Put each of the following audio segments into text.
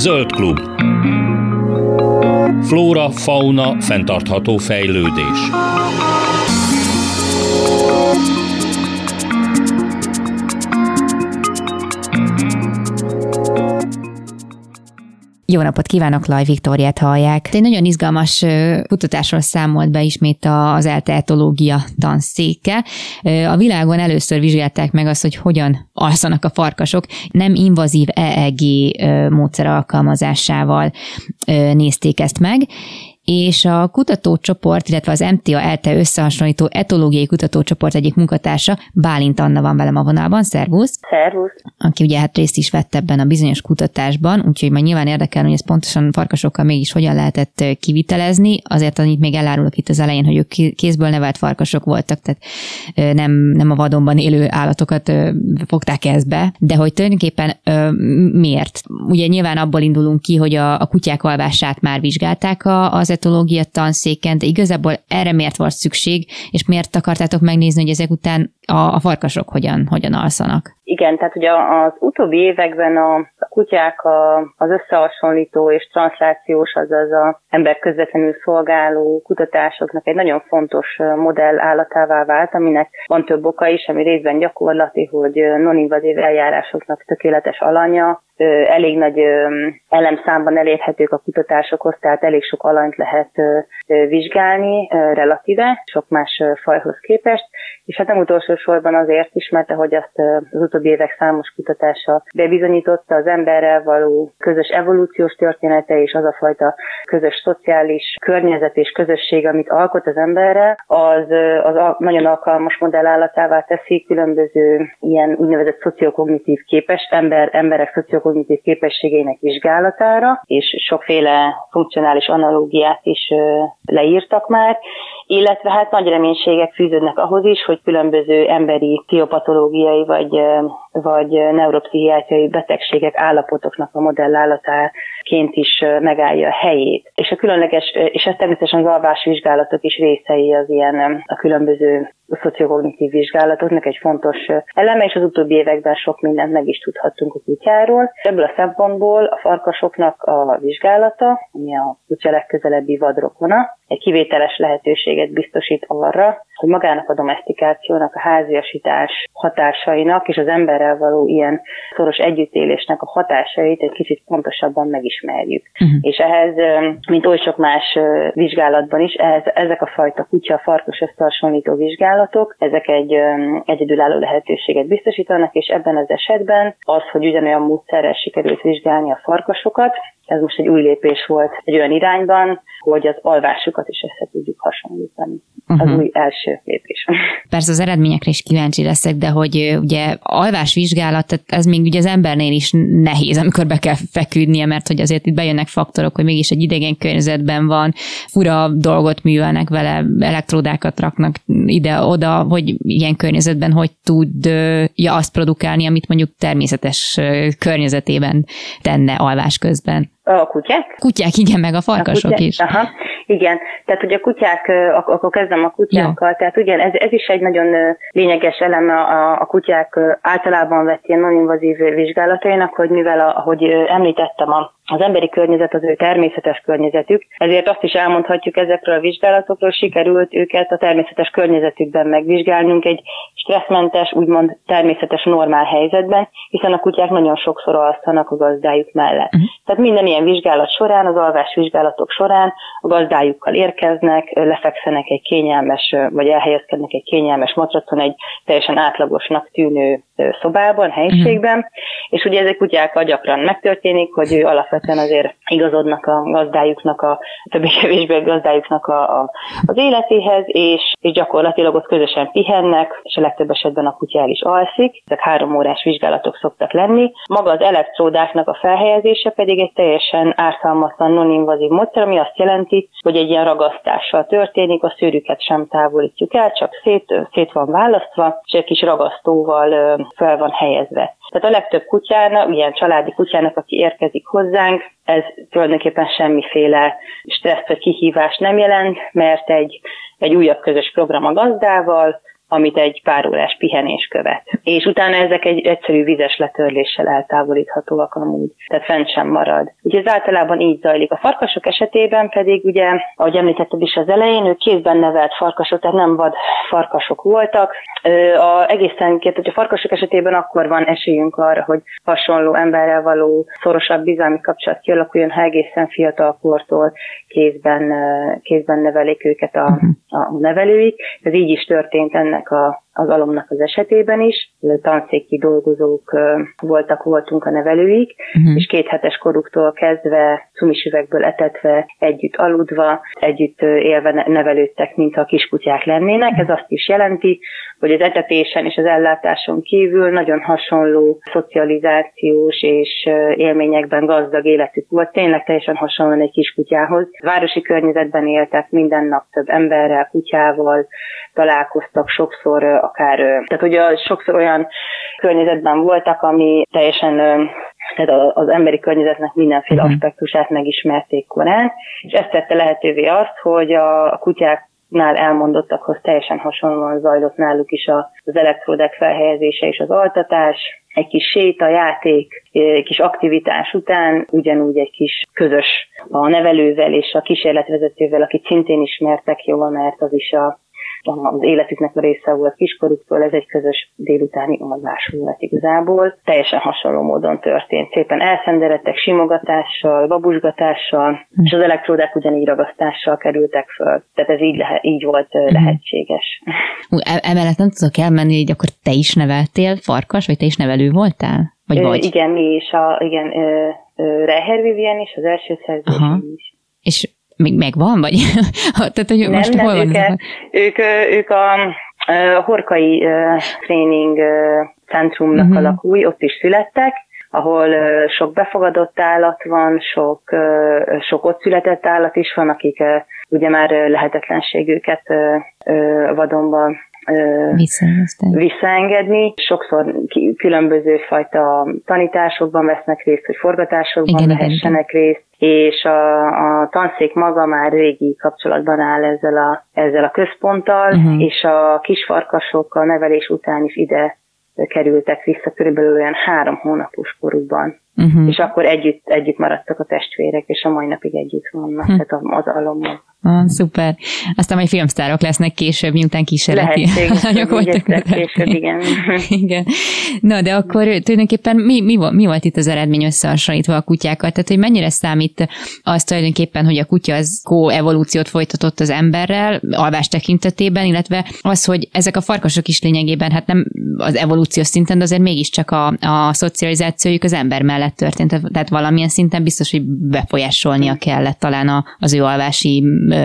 Zöld klub. Flóra, fauna, fenntartható fejlődés. Jó napot kívánok, Laj Viktóriát hallják. Egy nagyon izgalmas kutatásról számolt be ismét az ELTE etológia tanszéke. A világon először vizsgálták meg azt, hogy hogyan alszanak a farkasok. Nem invazív EEG módszer alkalmazásával nézték ezt meg, és a kutatócsoport, illetve az MTA-ELTE összehasonlító etológiai kutatócsoport egyik munkatársa, Bálint Anna van velem a vonalban. Szervusz! Szervusz! Aki ugye részt is vett ebben a bizonyos kutatásban, úgyhogy majd nyilván érdekel, hogy ez pontosan farkasokkal mégis hogyan lehetett kivitelezni. Azért annyit még elárulok itt az elején, hogy ők kézből nevelt farkasok voltak, tehát nem a vadonban élő állatokat fogták ezbe, de hogy tulajdonképpen miért? Ugye nyilván abból indulunk ki, hogy a kutyák alvását már vizsgálták az etológia tanszéken, de igazából erre miért volt szükség, és miért akartátok megnézni, hogy ezek után a farkasok hogyan alszanak? Igen, tehát ugye az utóbbi években a kutyák az összehasonlító és transzlációs, azaz az ember közvetlenül szolgáló kutatásoknak egy nagyon fontos modell állatává vált, aminek van több oka is, ami részben gyakorlati, hogy non-invazív eljárásoknak tökéletes alanya, elég nagy elemszámban elérhetők a kutatásokhoz, tehát elég sok alanyt lehet vizsgálni relatíve, sok más fajhoz képest, és hát nem utolsó sorban azért is, mert ahogy azt az utóbbi évek számos kutatása bebizonyította, az emberrel való közös evolúciós története és az a fajta közös szociális környezet és közösség, amit alkot az emberrel, az nagyon alkalmas modellállatává teszi különböző ilyen úgynevezett szociokognitív emberek szociokognitív képességeinek vizsgálatára, és sokféle funkcionális analógiát is leírtak már, illetve hát nagy reménységek fűződnek ahhoz is, hogy különböző emberi pszichopatológiai vagy neuropszichiátriai betegségek állapotoknak a modellállatáként is megállja a helyét. És a különleges, és ez természetesen az alvásvizsgálatok is részei az ilyen a különböző szociokognitív vizsgálatoknak egy fontos eleme, és az utóbbi években sok mindent meg is tudhattunk a kutyáról. Ebből a szempontból a farkasoknak a vizsgálata, ami a kutya legközelebbi vadrokona, egy kivételes lehetőséget biztosít arra, hogy magának a domesztikációnak, a háziasítás hatásainak és az emberrel való ilyen szoros együttélésnek a hatásait egy kicsit pontosabban megismerjük. És ehhez, mint oly sok más vizsgálatban is, ezek a fajta kutya-farkas összehasonlító vizsgálatok, ezek egy egyedülálló lehetőséget biztosítanak, és ebben az esetben az, hogy ugyanolyan módszerrel sikerült vizsgálni a farkasokat, ez most egy új lépés volt egy olyan irányban, hogy az alvásukat is össze tudjuk hasonlítani. Az új első lépés. Persze az eredményekre is kíváncsi leszek, de hogy ugye alvásvizsgálat, ez még ugye az embernél is nehéz, amikor be kell feküdnie, mert hogy azért itt bejönnek faktorok, hogy mégis egy idegen környezetben van, fura dolgot művelnek vele, elektródákat raknak ide-oda, hogy ilyen környezetben hogy tudja azt produkálni, amit mondjuk természetes környezetében tenne alvás közben. A kutyák? Kutyák, igen, meg a farkasok is. Aha, igen. Tehát ugye a kutyák, akkor kezdem a kutyákkal, ja. Tehát ugye ez is egy nagyon lényeges eleme a kutyák általában vett ilyen non-invazív vizsgálatainak, hogy mivel, ahogy említettem, az emberi környezet az ő természetes környezetük, ezért azt is elmondhatjuk ezekről a vizsgálatokról, sikerült őket a természetes környezetükben megvizsgálnunk egy stresszmentes, úgymond természetes normál helyzetben, hiszen a kutyák nagyon sokszor alszanak a gazdájuk mellett. Tehát minden ilyen vizsgálat során, az alvásvizsgálatok során a gazdájukkal érkeznek, lefekszenek egy kényelmes, vagy elhelyezkednek egy kényelmes matracon egy teljesen átlagosnak tűnő szobában, helyiségben, és ugye ezek kutyákkal gyakran megtörténik, hogy ő alapvetően azért igazodnak a gazdájuknak, a többé-kevésbé gazdájuknak az életéhez, és gyakorlatilag ott közösen pihennek, és a legtöbb esetben a kutya el is alszik. Ezek 3 órás vizsgálatok szoktak lenni. Maga az elektródáknak a felhelyezése pedig egy teljesen ártalmatlan, non-invazív módszer, ami azt jelenti, hogy egy ilyen ragasztással történik, a szőrüket sem távolítjuk el, csak szét van választva, és egy kis ragasztóval fel van helyezve. Tehát a legtöbb kutyának, ilyen családi kutyának, aki érkezik hozzánk, ez tulajdonképpen semmiféle stressz vagy kihívás nem jelent, mert egy újabb közös program a gazdával, amit egy pár órás pihenés követ. És utána ezek egy egyszerű vizes letörléssel eltávolíthatóak amúgy, tehát fent sem marad. Ugye ez általában így zajlik. A farkasok esetében pedig ugye, ahogy említetted is az elején, ők kézben nevelt farkasok, tehát nem vad farkasok voltak. Hogy a farkasok esetében akkor van esélyünk arra, hogy hasonló emberrel való szorosabb bizalmi kapcsolat kialakuljon, ha egészen fiatal kortól kézben nevelik őket a nevelőik. Ez így is történt ennek az alomnak az esetében is. Tanszéki dolgozók voltunk a nevelőik, és 2 hetes koruktól kezdve cumis üvegből etetve, együtt aludva, együtt élve nevelődtek, mintha kiskutyák lennének. Ez azt is jelenti, hogy az etetésen és az ellátáson kívül nagyon hasonló szocializációs és élményekben gazdag életük volt. Tényleg teljesen hasonlóan egy kiskutyához. Városi környezetben éltek, minden nap több emberrel, kutyával találkoztak sokszor, tehát ugye sokszor olyan környezetben voltak, ami teljesen tehát az emberi környezetnek mindenféle aspektusát megismerték korán, és ezt tette lehetővé azt, hogy a kutyáknál elmondottakhoz teljesen hasonlóan zajlott náluk is az elektródák felhelyezése és az altatás, egy kis séta, játék, kis aktivitás után ugyanúgy egy kis közös a nevelővel és a kísérletvezetővel, akit szintén ismertek jól, mert az is az életüknek a része volt kiskoruktól, ez egy közös délutáni alvás volt igazából. Teljesen hasonló módon történt. Szépen elszenderedtek simogatással, babusgatással, és az elektródák ugyanígy ragasztással kerültek föl. Tehát ez így volt lehetséges. Emellett nem tudok elmenni, hogy akkor te is neveltél farkas, vagy te is nevelő voltál? Vagy? Igen, mi is. Reiher Vivien is, az első szerzőség is. És még megvan, vagy? Tehát, hogy most hol van? Ők a Horkai Tréning Centrumnak a lakói, ott is születtek, ahol sok befogadott állat van, sok ott született állat is van, akik ugye már lehetetlenség őket vadonba visszaengedni. Sokszor különböző fajta tanításokban vesznek részt, hogy forgatásokban vehessenek részt, és a tanszék maga már régi kapcsolatban áll ezzel a központtal, és a kisfarkasok a nevelés után is ide kerültek vissza körülbelül olyan 3 hónapos korukban. És akkor együtt maradtak a testvérek, és a mai napig együtt vannak, tehát az alommal. Szuper. Aztán majd filmsztárok lesznek később, miután kísérleti lányok voltak. Később, igen. Igen. Na, de akkor tulajdonképpen mi volt itt az eredmény összehasonlítva a kutyákkal? Tehát, hogy mennyire számít az tulajdonképpen, hogy a kutya az koevolúciót folytatott az emberrel, alvás tekintetében, illetve az, hogy ezek a farkasok is lényegében, hát nem az evolúciós szinten, de azért mégiscsak a szocializációjuk az ember mellett történt. Tehát valamilyen szinten biztos, hogy befolyásolnia kellett talán az ő alvási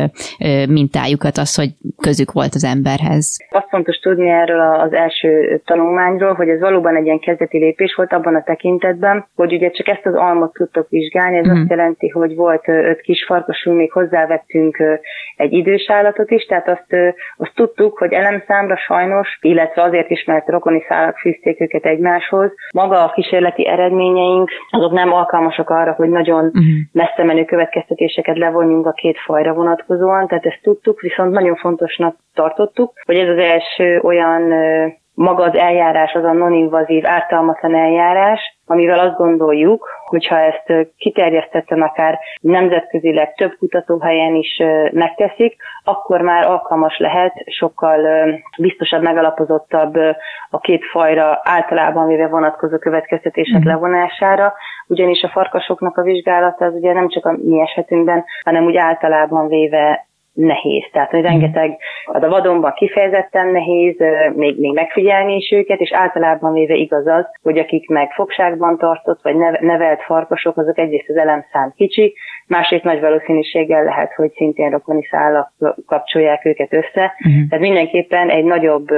mintájukat, az, hogy közük volt az emberhez. Azt fontos tudni erről az első tanulmányról, hogy ez valóban egy ilyen kezdeti lépés volt abban a tekintetben, hogy ugye csak ezt az almot tudtok vizsgálni, ez azt jelenti, hogy volt 5 kis farkasunk, még hozzávettünk egy idős állatot is, tehát azt tudtuk, hogy elemszámra sajnos, illetve azért is, mert rokoni szálak fűzték őket egymáshoz. Maga a kísérleti eredményeink, azok nem alkalmasak arra, hogy nagyon messze menő következtetéseket levonjunk a 2 fajra vonatkozóan, tehát ezt tudtuk, viszont nagyon fontosnak tartottuk, hogy ez az első olyan maga az eljárás, az a non-invazív, ártalmatlan eljárás, amivel azt gondoljuk, hogyha ezt kiterjesztetten akár nemzetközileg több kutatóhelyen is megteszik, akkor már alkalmas lehet sokkal biztosabb, megalapozottabb a 2 fajra általában véve vonatkozó következtetések levonására, ugyanis a farkasoknak a vizsgálata az ugye nem csak a mi esetünkben, hanem úgy általában véve nehéz. Tehát, hogy rengeteg, a vadonban kifejezetten nehéz még megfigyelni is őket, és általában véve igaz az, hogy akik meg fogságban tartott, vagy nevelt farkasok, azok egyrészt az elemszám kicsi, másrészt nagy valószínűséggel lehet, hogy szintén rokoni szálak kapcsolják őket össze. Tehát mindenképpen egy nagyobb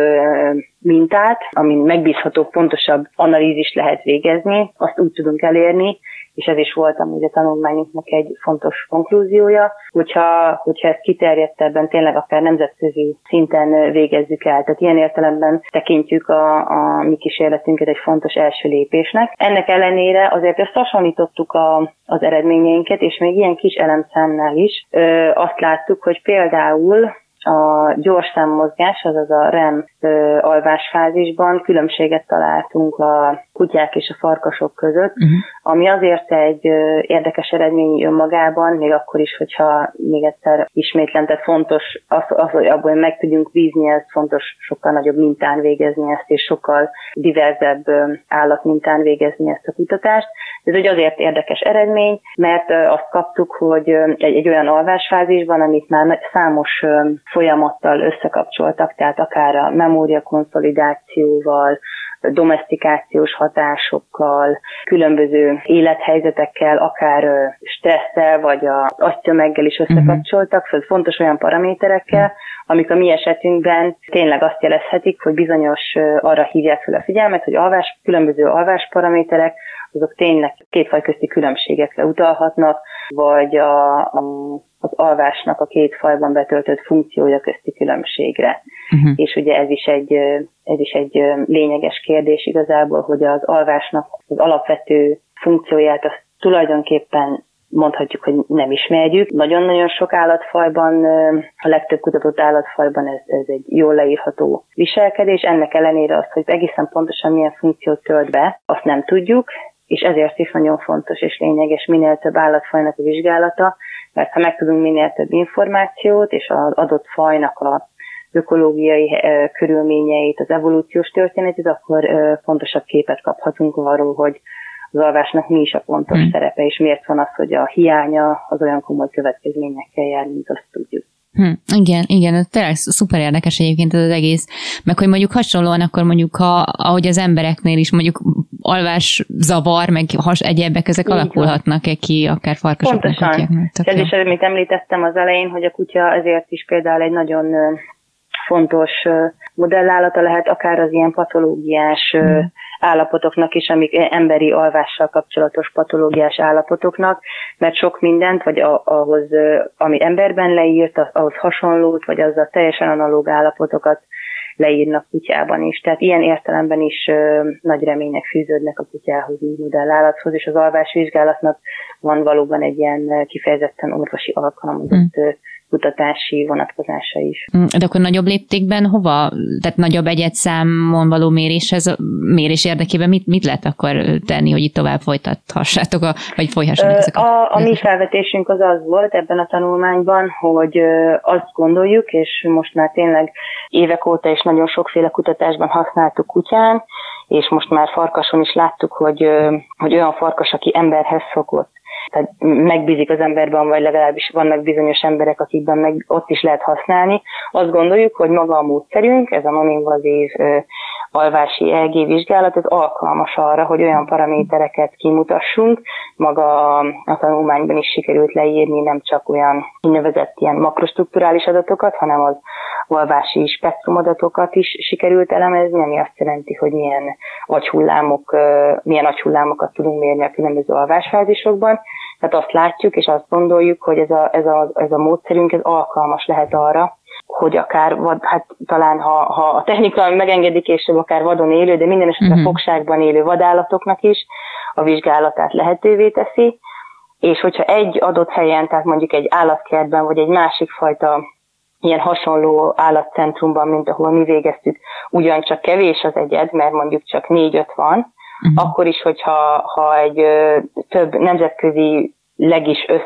mintát, amin megbízható, pontosabb analízist lehet végezni, azt úgy tudunk elérni, és ez is volt amúgy a tanulmányunknak egy fontos konklúziója, hogyha ezt kiterjedtebben tényleg akár nemzetközi szinten végezzük el. Tehát ilyen értelemben tekintjük a mi kísérletünket egy fontos első lépésnek. Ennek ellenére azért összehasonlítottuk az eredményeinket, és még ilyen kis elemszámnál is azt láttuk, hogy például a gyors számmozgás, azaz a REM alvásfázisban különbséget találtunk a kutyák és a farkasok között, ami azért egy érdekes eredmény önmagában, még akkor is, hogyha még egyszer ismétlen, tehát fontos az, hogy abból meg tudjunk bízni, ez fontos sokkal nagyobb mintán végezni ezt, és sokkal diverzebb állatmintán végezni ezt a kutatást. Ez egy azért érdekes eredmény, mert azt kaptuk, hogy egy olyan alvásfázisban, amit már számos folyamattal összekapcsoltak, tehát akár a memóriakonszolidációval, domesztikációs hatásokkal, különböző élethelyzetekkel, akár stresszel, vagy az agytömeggel is összekapcsoltak, szóval fontos olyan paraméterekkel, amik a mi esetünkben tényleg azt jelezhetik, hogy bizonyos arra hívják fel a figyelmet, hogy különböző alvásparaméterek, azok tényleg két faj közti különbségekre utalhatnak, vagy az alvásnak a két fajban betöltött funkciója közti különbségre. És ugye ez is egy lényeges kérdés igazából, hogy az alvásnak az alapvető funkcióját azt tulajdonképpen mondhatjuk, hogy nem ismerjük. Nagyon-nagyon sok állatfajban, a legtöbb kutatott állatfajban ez egy jól leírható viselkedés. Ennek ellenére az, hogy egészen pontosan milyen funkciót tölt be, azt nem tudjuk, és ezért is nagyon fontos és lényeges minél több állatfajnak a vizsgálata, mert ha megtudunk minél több információt, és az adott fajnak a ökológiai körülményeit, az evolúciós történetét, akkor pontosabb képet kaphatunk arról, hogy az alvásnak mi is a fontos szerepe, és miért van az, hogy a hiánya az olyan komoly következményekkel jár, mint azt tudjuk. Igen, ez tényleg szuper érdekes egyébként ez az egész, meg hogy mondjuk hasonlóan akkor mondjuk, ahogy az embereknél is mondjuk alvászavar, meg egyébek ezek alakulhatnak-e ki, akár farkasoknak. Pontosan. Ez is, amit említettem az elején, hogy a kutya ezért is például egy nagyon fontos modellállata lehet, akár az ilyen patológiás állapotoknak is, amik emberi alvással kapcsolatos patológiás állapotoknak, mert sok mindent, vagy ahhoz, ami emberben leírt, ahhoz hasonlót, vagy azzal teljesen analóg állapotokat leírnak kutyában is. Tehát ilyen értelemben is nagy remények fűződnek a kutyához, mint modellállathoz, és az alvásvizsgálatnak van valóban egy ilyen kifejezetten orvosi alkalmazott kutatási vonatkozása is. De akkor nagyobb léptékben hova? Tehát nagyobb egyedszámon való mérés érdekében mit lehet akkor tenni, hogy itt tovább folytathassátok, vagy folyhassanak ezek a mi felvetésünk az volt ebben a tanulmányban, hogy azt gondoljuk, és most már tényleg évek óta is nagyon sokféle kutatásban használtuk kutyán, és most már farkason is láttuk, hogy olyan farkas, aki emberhez szokott, tehát megbízik az emberben, vagy legalábbis vannak bizonyos emberek, akikben meg ott is lehet használni. Azt gondoljuk, hogy maga a módszerünk, ez a non-invazív alvási EEG vizsgálat, ez alkalmas arra, hogy olyan paramétereket kimutassunk. Maga a tanulmányban is sikerült leírni nem csak olyan úgynevezett ilyen makrostrukturális adatokat, hanem az alvási spektrumadatokat is sikerült elemezni, ami azt jelenti, hogy milyen agyhullámokat tudunk mérni a különböző alvásfázisokban. Tehát azt látjuk, és azt gondoljuk, hogy ez a módszerünk ez alkalmas lehet arra, hogy akár, talán ha a technika megengedik, és akár vadon élő, de minden esetben fogságban élő vadállatoknak is a vizsgálatát lehetővé teszi, és hogyha egy adott helyen, tehát mondjuk egy állatkertben, vagy egy másik fajta ilyen hasonló állatcentrumban, mint ahol mi végeztük, ugyancsak kevés az egyed, mert mondjuk csak 4-5 van, akkor is, hogyha egy több nemzetközileg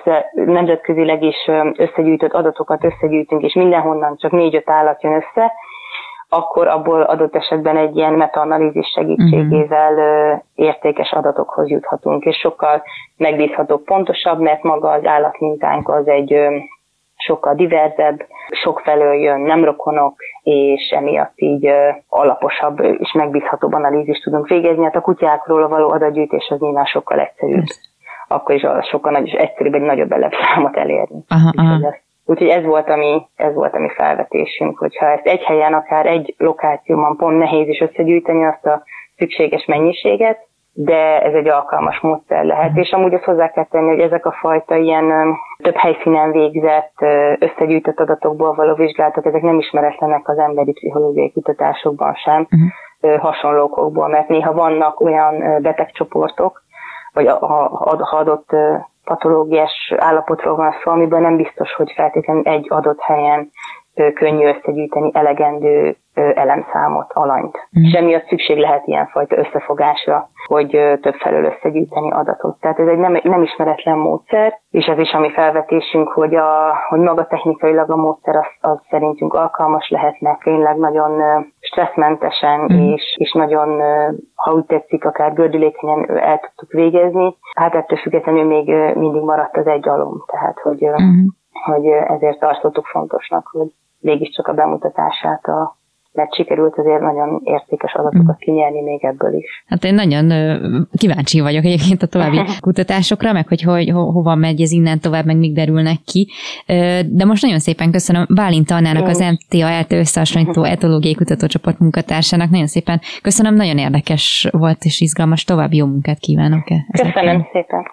is összegyűjtött adatokat összegyűjtünk, és mindenhonnan csak 4-5 állat jön össze, akkor abból adott esetben egy ilyen metaanalízis segítségével értékes adatokhoz juthatunk, és sokkal megbízhatóbb, pontosabb, mert maga az állatmintánk az egy sokkal diverzebb, sokfelől jön nem rokonok, és emiatt így alaposabb és megbízhatóbb analízist tudunk végezni. Hát a kutyákról való adatgyűjtés az nyilván sokkal egyszerűbb. Akkor is sokkal egyszerűbb egy nagyobb elepszámot elérni. Úgyhogy ez volt a mi felvetésünk, hogyha ezt egy helyen, akár egy lokációban pont nehéz is összegyűjteni azt a szükséges mennyiséget, de ez egy alkalmas módszer lehet. És amúgy azt hozzá kell tenni, hogy ezek a fajta ilyen több helyszínen végzett, összegyűjtött adatokból való vizsgálatok, ezek nem ismeretlenek az emberi pszichológiai kutatásokban sem, hasonló okokból, mert néha vannak olyan betegcsoportok, vagy ha adott patológiás állapotról van szó, amiben nem biztos, hogy feltétlenül egy adott helyen könnyű összegyűjteni elegendő elemszámot, alanyt. És emiatt szükség lehet ilyenfajta összefogásra, hogy több felől összegyűjteni adatot. Tehát ez egy nem ismeretlen módszer, és ez is a mi felvetésünk, hogy maga technikailag a módszer az szerintünk alkalmas lehetne, tényleg nagyon stresszmentesen és nagyon, ha úgy tetszik, akár gördülékenyen el tudtuk végezni. Hát ettől függetlenül még mindig maradt az egy alom, tehát hogy ezért tartottuk fontosnak, hogy mégiscsak a bemutatását, mert sikerült azért nagyon értékes adatokat kinyerni még ebből is. Hát én nagyon kíváncsi vagyok egyébként a további kutatásokra, meg hogy hova megy ez innen tovább, meg még derülnek ki. De most nagyon szépen köszönöm Bálint Annának, az MTA ELTE összehasonlító etológiai kutatócsoport munkatársának. Nagyon szépen köszönöm, nagyon érdekes volt és izgalmas. További jó munkát kívánok. Köszönöm szépen.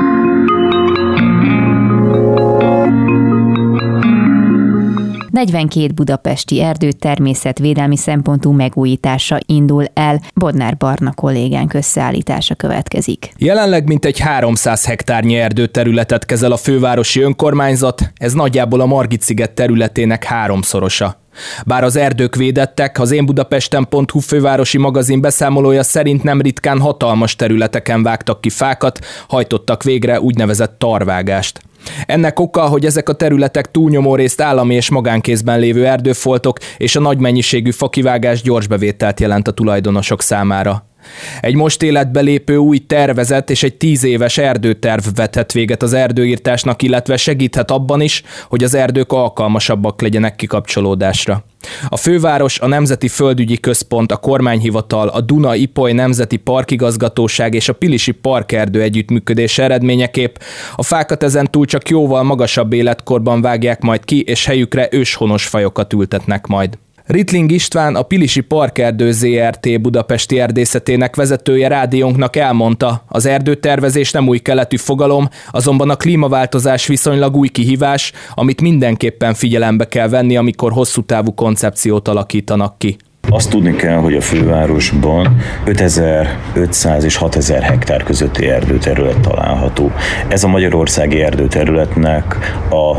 42 budapesti erdő természetvédelmi szempontú megújítása indul el. Bodnár Barna kollégánk összeállítása következik. Jelenleg mintegy 300 hektárnyi erdőterületet kezel a fővárosi önkormányzat, ez nagyjából a Margit-sziget területének 3-szorosa. Bár az erdők védettek, az énbudapesten.hu fővárosi magazin beszámolója szerint nem ritkán hatalmas területeken vágtak ki fákat, hajtottak végre úgynevezett tarvágást. Ennek oka, hogy ezek a területek túlnyomó részt állami és magánkézben lévő erdőfoltok, és a nagy mennyiségű fakivágás gyors bevételt jelent a tulajdonosok számára. Egy most életbe lépő új tervezet és egy 10 éves erdőterv vethet véget az erdőirtásnak, illetve segíthet abban is, hogy az erdők alkalmasabbak legyenek kikapcsolódásra. A főváros, a Nemzeti Földügyi Központ, a Kormányhivatal, a Duna-Ipoly Nemzeti Parkigazgatóság és a Pilisi Parkerdő együttműködése eredményeképp a fákat ezen túl csak jóval magasabb életkorban vágják majd ki, és helyükre őshonos fajokat ültetnek majd. Rittling István, a Pilisi Parkerdő ZRT budapesti erdészetének vezetője rádiónknak elmondta, az erdőtervezés nem új keletű fogalom, azonban a klímaváltozás viszonylag új kihívás, amit mindenképpen figyelembe kell venni, amikor hosszú távú koncepciót alakítanak ki. Azt tudni kell, hogy a fővárosban 5500 és 6000 hektár közötti erdőterület található. Ez a magyarországi erdőterületnek a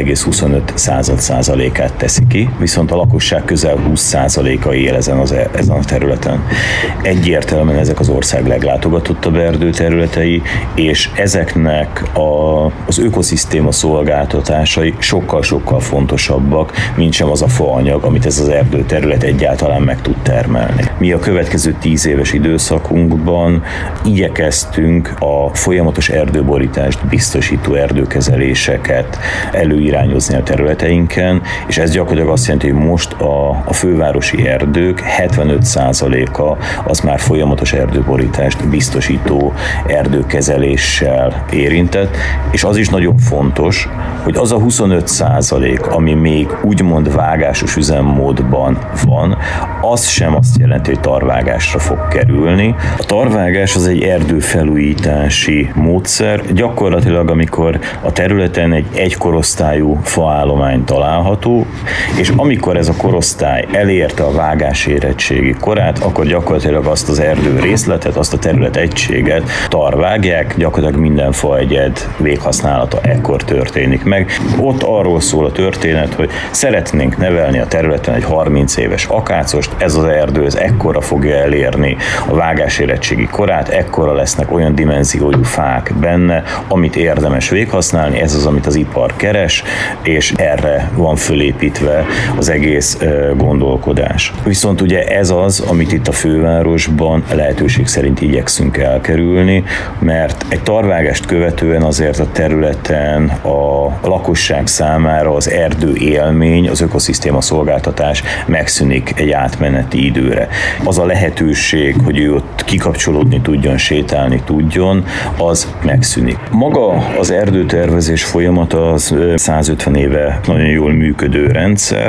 0,25%-át teszi ki, viszont a lakosság közel 20%-a él ezen a területen. Egyértelműen ezek az ország leglátogatottabb erdőterületei, és ezeknek az ökoszisztéma szolgáltatásai sokkal-sokkal fontosabbak, mint sem az a faanyag, amit ez az erdőterület egyáltalán meg tud termelni. Mi a következő 10 éves időszakunkban igyekeztünk a folyamatos erdőborítást biztosító erdőkezeléseket előirányozni a területeinken, és ez gyakorlatilag azt jelenti, hogy most a fővárosi erdők 75%-a az már folyamatos erdőborítást biztosító erdőkezeléssel érintett, és az is nagyon fontos, hogy az a 25%, ami még úgymond vágásos üzemmódban van, az sem azt jelenti, hogy tarvágásra fog kerülni. A tarvágás az egy erdőfelújítási módszer, gyakorlatilag amikor a területen egy egykorosztályú faállomány található, és amikor ez a korosztály elérte a vágás érettségi korát, akkor gyakorlatilag azt az erdő részletet, azt a terület egységet tarvágják, gyakorlatilag minden faegyed véghasználata ekkor történik meg. Ott arról szól a történet, hogy szeretnénk nevelni a területen egy 30 éves akácost, ez az erdő, ez ekkora fogja elérni a vágásérettségi korát, ekkora lesznek olyan dimenziójú fák benne, amit érdemes véghasználni, ez az, amit az ipar keres, és erre van fölépítve az egész gondolkodás. Viszont ugye ez az, amit itt a fővárosban lehetőség szerint igyekszünk elkerülni, mert egy tarvágást követően azért a területen a lakosság számára az erdő élmény, az ökoszisztéma szolgáltatás megszűnik egy átmeneti időre. Az a lehetőség, hogy ő ott kikapcsolódni tudjon, sétálni tudjon, az megszűnik. Maga az erdőtervezés folyamata az 150 éve nagyon jól működő rendszer.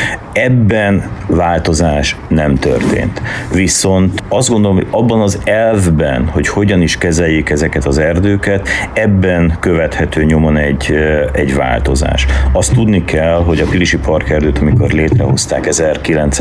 Ebben változás nem történt. Viszont azt gondolom, hogy abban az elvben, hogy hogyan is kezeljék ezeket az erdőket, ebben követhető nyomon egy változás. Azt tudni kell, hogy a Pilisi Parkerdőt, amikor létrehozták 1960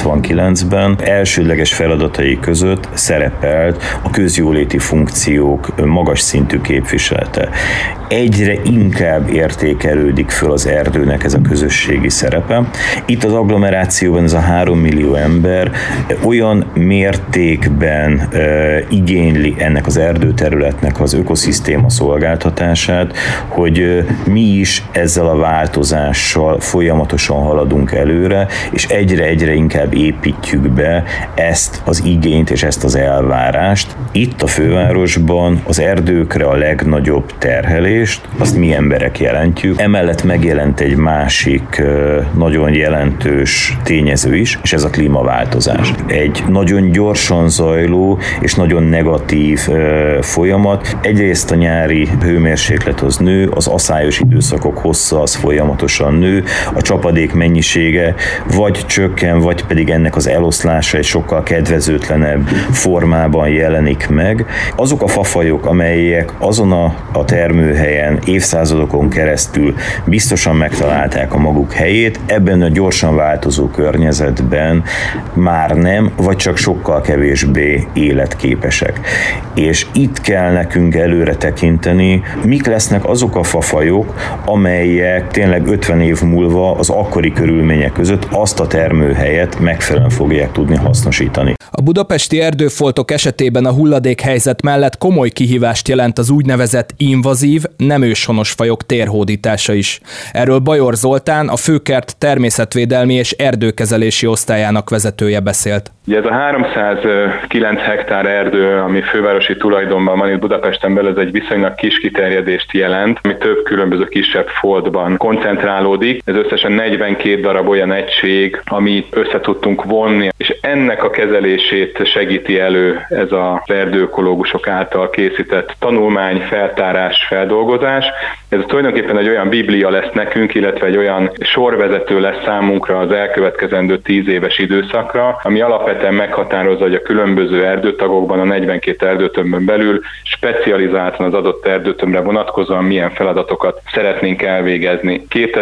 89-ben elsődleges feladatai között szerepelt a közjóléti funkciók magas szintű képviselete. Egyre inkább értékelődik föl az erdőnek ez a közösségi szerepe. Itt az agglomerációban ez a 3 millió ember olyan mértékben igényli ennek az erdőterületnek az ökoszisztéma szolgáltatását, hogy mi is ezzel a változással folyamatosan haladunk előre, és egyre inkább építjük be ezt az igényt és ezt az elvárást. Itt a fővárosban az erdőkre a legnagyobb terhelést, azt mi emberek jelentjük. Emellett megjelent egy másik nagyon jelentős tényező is, és ez a klímaváltozás. Egy nagyon gyorsan zajló és nagyon negatív folyamat. Egyrészt a nyári hőmérséklet az nő, az aszályos időszakok hossza az folyamatosan nő, a csapadék mennyisége vagy csökken, vagy pedig ennek az eloszlása egy sokkal kedvezőtlenebb formában jelenik meg. Azok a fafajok, amelyek azon a termőhelyen évszázadokon keresztül biztosan megtalálták a maguk helyét, ebben a gyorsan változó környezetben már nem, vagy csak sokkal kevésbé életképesek. És itt kell nekünk előre tekinteni, mik lesznek azok a fafajok, amelyek tényleg 50 év múlva az akkori körülmények között azt a termőhelyet megfelelően fogják tudni hasznosítani. A budapesti erdőfoltok esetében a hulladékhelyzet mellett komoly kihívást jelent az úgynevezett invazív, nem őshonos fajok térhódítása is. Erről Bajor Zoltán, a Főkert természetvédelmi és erdőkezelési osztályának vezetője beszélt. Ugye ez a 309 hektár erdő, ami fővárosi tulajdonban van itt Budapesten belül, ez egy viszonylag kis kiterjedést jelent, ami több különböző kisebb foltban koncentrálódik. Ez összesen 42 darab olyan egység, amit össze tudtunk vonni, és ennek a kezelését segíti elő ez az erdőökológusok által készített tanulmány, feltárás, feldolgozás. Ez tulajdonképpen egy olyan biblia lesz nekünk, illetve egy olyan sorvezető lesz számunkra az elkövetkezendő 10 éves időszakra, ami alapvetően meghatározza, hogy a különböző erdőtagokban, a 42 erdőtömbön belül specializáltan az adott erdőtömbre vonatkozóan milyen feladatokat szeretnénk elvégezni.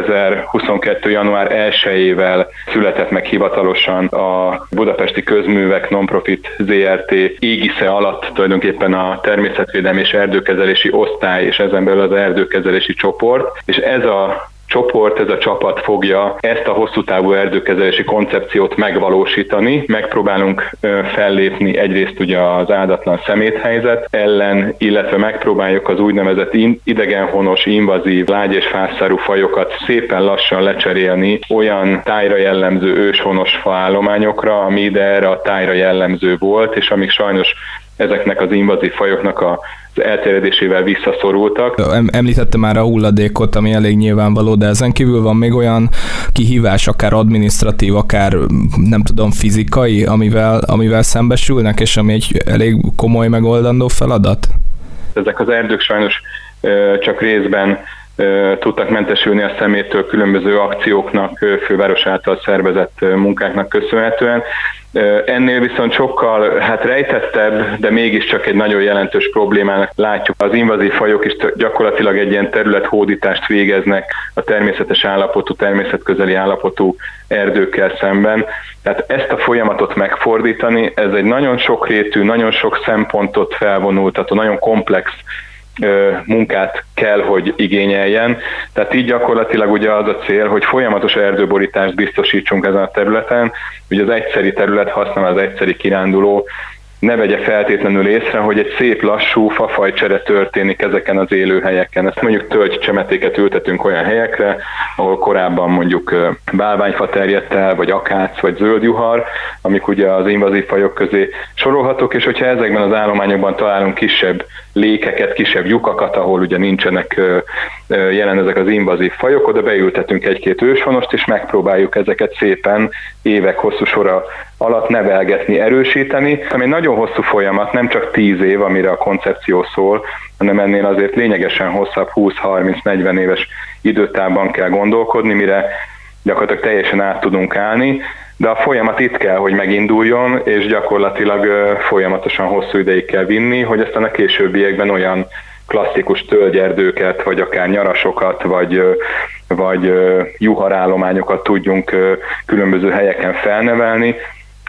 2022. január 1-ével született meg hivatalosan a Budapesti Közművek Non-Profit Zrt. Égisze alatt tulajdonképpen a természetvédelmi és erdőkezelési osztály, és ezen belül az erdőkezelési csoport, és ez a csoport, ez a csapat fogja ezt a hosszú távú erdőkezelési koncepciót megvalósítani. Megpróbálunk fellépni egyrészt ugye az áldatlan szeméthelyzet ellen, illetve megpróbáljuk az úgynevezett idegenhonos, invazív, lágy- és fászárú fajokat szépen lassan lecserélni olyan tájra jellemző őshonos faállományokra, ami ide erre a tájra jellemző volt, és amik sajnos ezeknek az invazív fajoknak az elterjedésével visszaszorultak. Említette már a hulladékot, ami elég nyilvánvaló, de ezen kívül van még olyan kihívás, akár adminisztratív, akár nem tudom, fizikai, amivel szembesülnek, és ami egy elég komoly megoldandó feladat? Ezek az erdők sajnos csak részben tudtak mentesülni a szeméttől különböző akcióknak, főváros által szervezett munkáknak köszönhetően. Ennél viszont sokkal rejtettebb, de mégiscsak egy nagyon jelentős problémának látjuk. Az invazív fajok is gyakorlatilag egy ilyen területhódítást végeznek a természetes állapotú, természetközeli állapotú erdőkkel szemben. Tehát ezt a folyamatot megfordítani, ez egy nagyon sokrétű, nagyon sok szempontot felvonultató, nagyon komplex munkát kell, hogy igényeljen. Tehát így gyakorlatilag ugye az a cél, hogy folyamatos erdőborítást biztosítsunk ezen a területen, hogy az egyszeri terület használ, az egyszeri kiránduló ne vegye feltétlenül észre, hogy egy szép lassú fafajcsere történik ezeken az élőhelyeken. Ezt mondjuk tölgycsemetéket ültetünk olyan helyekre, ahol korábban mondjuk bálványfa terjedt el, vagy akác, vagy zöldjuhar, amik ugye az invazív fajok közé sorolhatók, és hogyha ezekben az állományokban találunk kisebb lékeket, kisebb lyukakat, ahol ugye nincsenek jelen ezek az invazív fajok, oda beültetünk egy-két őshonost, és megpróbáljuk ezeket szépen évek hosszú sora alatt nevelgetni, erősíteni, ami egy nagyon hosszú folyamat, nem csak 10 év, amire a koncepció szól, hanem ennél azért lényegesen hosszabb, 20-30-40 éves időtávban kell gondolkodni, mire gyakorlatilag teljesen át tudunk állni, de a folyamat itt kell, hogy meginduljon, és gyakorlatilag folyamatosan hosszú ideig kell vinni, hogy aztán a későbbiekben olyan klasszikus tölgyerdőket, vagy akár nyarasokat, vagy juharállományokat tudjunk különböző helyeken felnevelni,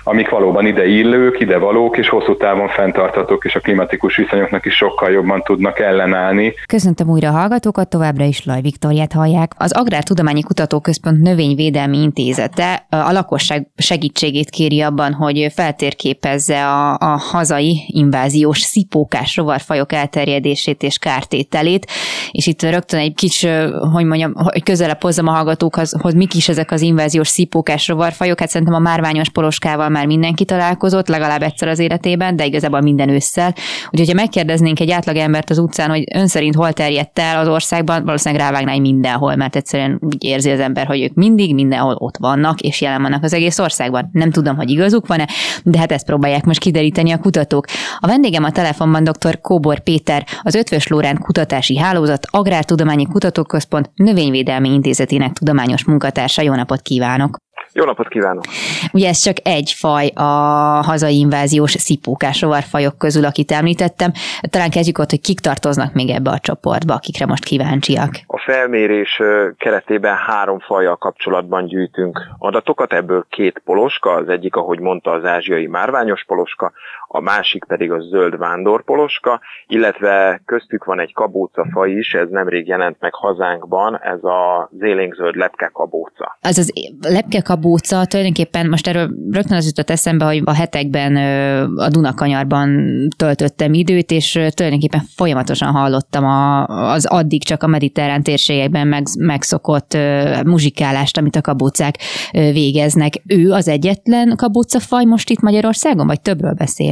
amik valóban ide illők, ide valók, és hosszú távon fenntarthatók, és a klimatikus viszonyoknak is sokkal jobban tudnak ellenállni. Köszöntöm újra a hallgatókat, továbbra is Laj Viktóriát hallják. Az Agrártudományi Kutatóközpont Növényvédelmi Intézete a lakosság segítségét kéri abban, hogy feltérképezze a hazai inváziós szipókás rovarfajok elterjedését és kártételét, és itt rögtön egy kis, hogy közelebb hozzam a hallgatókhoz, hogy mik is ezek az inváziós szipókás rovarfajok. Hát szerintem a márványos poloskával már mindenki találkozott, legalább egyszer az életében, de igazából minden ősszel. Úgyhogy ha megkérdeznénk egy átlagembert az utcán, hogy ön szerint hol terjedt el az országban, valószínűleg rávágná, hogy mindenhol, mert egyszerűen úgy érzi az ember, hogy ők mindig mindenhol ott vannak, és jelen vannak az egész országban. Nem tudom, hogy igazuk van-e, de hát ezt próbálják most kideríteni a kutatók. A vendégem a telefonban dr. Kóbor Péter, az Eötvös Loránd Kutatási Hálózat Agrártudományi Kutatóközpont Növényvédelmi Intézetének tudományos munkatársa. Jó napot kívánok! Jó napot kívánok! Ugye ez csak egy faj a hazai inváziós szipókás rovarfajok közül, akit említettem. Talán kezdjük ott, hogy kik tartoznak még ebbe a csoportba, akikre most kíváncsiak. A felmérés keretében 3 fajjal kapcsolatban gyűjtünk adatokat, ebből 2 poloska, az egyik, ahogy mondta, az ázsiai márványos poloska, a másik pedig a zöld vándorpoloska, illetve köztük van egy kabócafaj is, ez nemrég jelent meg hazánkban, ez az élénkzöld lepkekabóca. Az lepkekabóca tulajdonképpen most erről rögtön az jutott eszembe, hogy a hetekben a Dunakanyarban töltöttem időt, és tulajdonképpen folyamatosan hallottam az addig csak a mediterrán térségekben megszokott muzsikálást, amit a kabócák végeznek. Ő az egyetlen kabócafaj most itt Magyarországon, vagy többről beszélünk?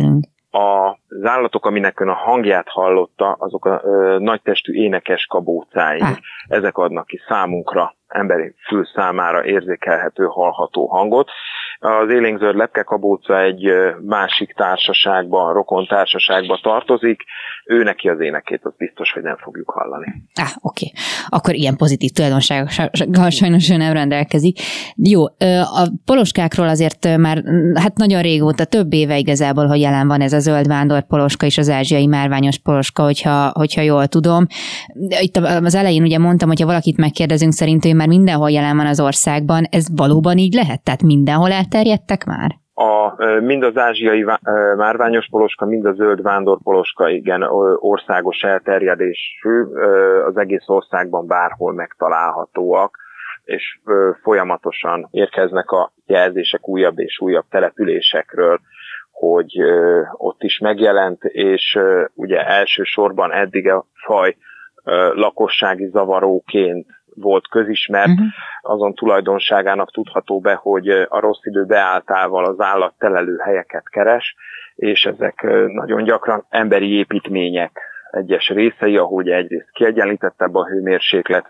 Az állatok, aminek ön a hangját hallotta, azok a nagytestű énekes kabócáink. Ezek adnak ki számunkra, emberi fül számára érzékelhető, hallható hangot. Az élénkzöld lepkekabóca egy másik társaságban, rokon társaságban tartozik, ő neki az énekét az biztos, hogy nem fogjuk hallani. Oké. Akkor ilyen pozitív tulajdonsággal sajnos ő nem rendelkezik. Jó, a poloskákról azért már hát nagyon régóta, több éve igazából, hogy jelen van ez a zöld vándorpoloska és az ázsiai márványos poloska, hogyha jól tudom. Itt az elején ugye mondtam, hogyha valakit megkérdezünk, szerint ő már mindenhol jelen van az országban, ez valóban így lehet? Tehát mindenhol elterjedtek már? Mind az ázsiai márványos poloska, mind a zöld vándorpoloska, igen, országos elterjedésű, az egész országban bárhol megtalálhatóak, és folyamatosan érkeznek a jelzések újabb és újabb településekről, hogy ott is megjelent, és ugye elsősorban eddig a faj lakossági zavaróként volt közismert, azon tulajdonságának tudható be, hogy a rossz idő beálltával az állat telelő helyeket keres, és ezek nagyon gyakran emberi építmények egyes részei, ahogy egyrészt kiegyenlítettebb a hőmérséklet,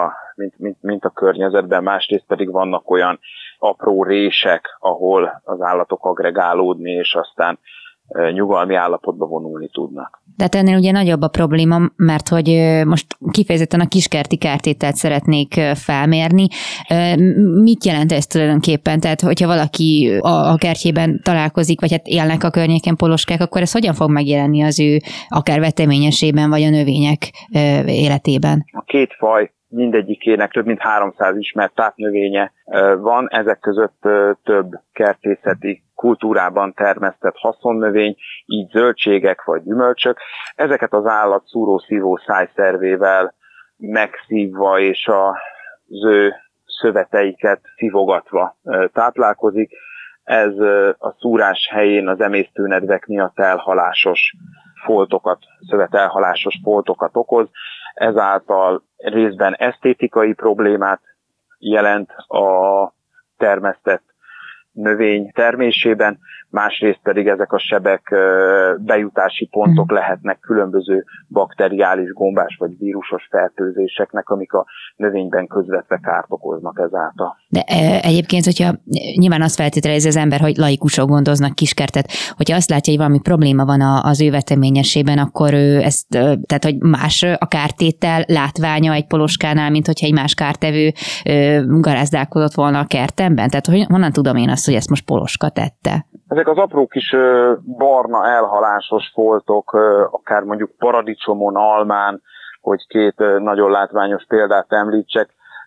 mint a környezetben, másrészt pedig vannak olyan apró rések, ahol az állatok agregálódni, és aztán nyugalmi állapotba vonulni tudnak. Tehát ennél ugye nagyobb a probléma, mert hogy most kifejezetten a kiskerti kártételt szeretnék felmérni. Mit jelent ez tulajdonképpen? Tehát, hogyha valaki a kertjében találkozik, vagy hát élnek a környéken poloskák, akkor ez hogyan fog megjelenni az ő akár veteményesében, vagy a növények életében? A 2 faj mindegyikének több mint 300 ismert tápnövénye van, ezek között több kertészeti kultúrában termesztett haszonnövény, így zöldségek vagy gyümölcsök. Ezeket az állat szúró-szívó szájszervével megszívva és az ő szöveteiket szívogatva táplálkozik. Ez a szúrás helyén az emésztőnedvek miatt elhalásos foltokat, szövetelhalásos foltokat okoz. Ezáltal részben esztétikai problémát jelent a termesztett növény termésében, másrészt pedig ezek a sebek bejutási pontok lehetnek különböző bakteriális, gombás vagy vírusos fertőzéseknek, amik a növényben közvetve kárt okoznak ezáltal. De egyébként, hogyha nyilván azt feltételezi az ember, hogy laikusok gondoznak kiskertet, hogyha azt látja, hogy valami probléma van az ő veteményesében, akkor ő ezt, tehát hogy más a kártétel látványa egy poloskánál, mint hogyha egy más kártevő garázdálkodott volna a kertemben? Tehát hogy honnan tudom én azt, hogy ezt most poloska tette? Ezek az apró kis barna elhalásos foltok, akár mondjuk paradicsomon, almán, hogy 2 nagyon látványos példát említsek,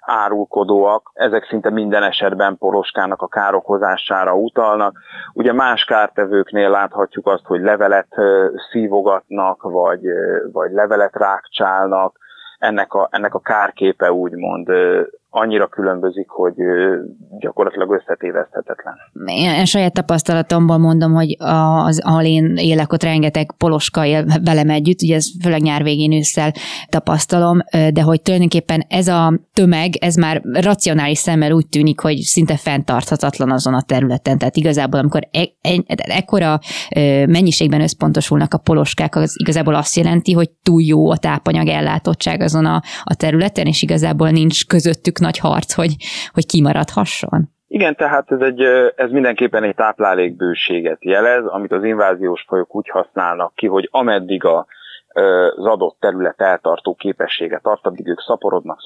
árulkodóak, ezek szinte minden esetben poloskának a károkozására utalnak. Ugye más kártevőknél láthatjuk azt, hogy levelet szívogatnak, vagy levelet rákcsálnak. Ennek a kárképe úgymond annyira különbözik, hogy gyakorlatilag összetéveszthetetlen. Én saját tapasztalatomból mondom, hogy ahol én élek, ott rengeteg poloska él velem együtt, ugye ez főleg nyár végén ősszel tapasztalom, de hogy tulajdonképpen ez a tömeg, ez már racionális szemmel úgy tűnik, hogy szinte fenntarthatatlan azon a területen. Tehát igazából, amikor ekkora mennyiségben összpontosulnak a poloskák, az igazából azt jelenti, hogy túl jó a tápanyag ellátottság azon a területen, és igazából nincs közöttük nagy harc, hogy kimaradhasson. Igen, tehát ez mindenképpen egy táplálékbőséget jelez, amit az inváziós fajok úgy használnak ki, hogy ameddig az adott terület eltartó képessége tart, addig ők szaporodnak.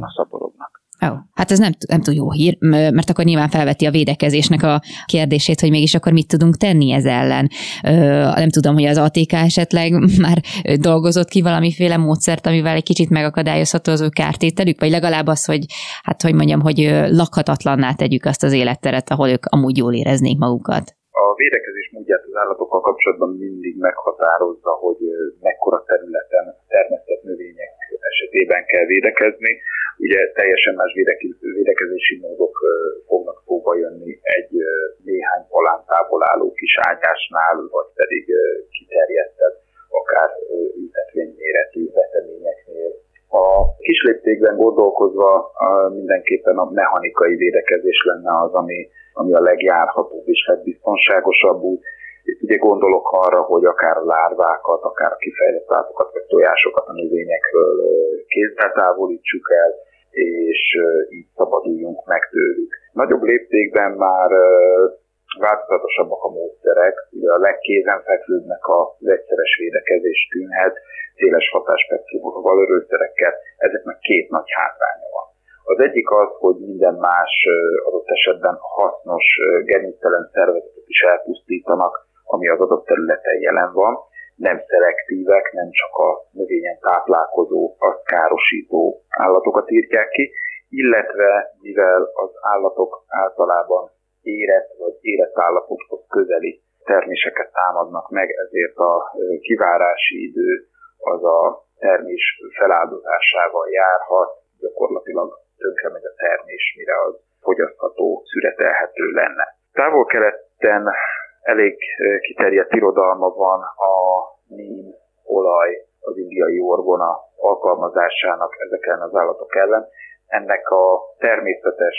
Hát ez nem túl jó hír, mert akkor nyilván felveti a védekezésnek a kérdését, hogy mégis akkor mit tudunk tenni ez ellen. Nem tudom, hogy az ATK esetleg már dolgozott ki valamiféle módszert, amivel egy kicsit megakadályozható az ő kártételük, vagy legalább az, hogy lakhatatlanná tegyük azt az életteret, ahol ők amúgy jól éreznék magukat. A védekezés módját az állatokkal kapcsolatban mindig meghatározza, hogy mekkora területen termesztett növények esetében kell védekezni. Ugye teljesen más védekezési módok fognak szóba jönni egy néhány palán távol álló kis ágyásnál, vagy pedig kiterjedtebb, akár ültetvényméretű veteményeknél. A kisléptékben gondolkozva mindenképpen a mechanikai védekezés lenne az, ami a legjárhatóbb és legbiztonságosabb út. Itt ugye gondolok arra, hogy akár a lárvákat, akár a kifejlett állatokat vagy tojásokat a növényekről kézzel távolítsuk el, és így szabaduljunk meg tőlük. Nagyobb léptékben már változatosabbak a módszerek, ugye a legkézenfekvőbbnek az egyszeres védekezés tűnhet, széles hatásspektrumú lőszerekkel, ezeknek két nagy hátránya van. Az egyik az, hogy minden más adott esetben hasznos gerinctelen szervezetet is elpusztítanak, ami az adott területen jelen van. Nem szelektívek, nem csak a növényen táplálkozó, azt károsító állatokat írják ki, illetve mivel az állatok általában érett vagy érett állapothoz közeli terméseket támadnak meg, ezért a kivárási idő az a termés feláldozásával járhat, gyakorlatilag tönkre megy a termés, mire az fogyasztható, szüretelhető lenne. Távol-keleten elég kiterjedt irodalma van a ním, olaj, az indiai orgona alkalmazásának ezeken az állatok ellen. Ennek a természetes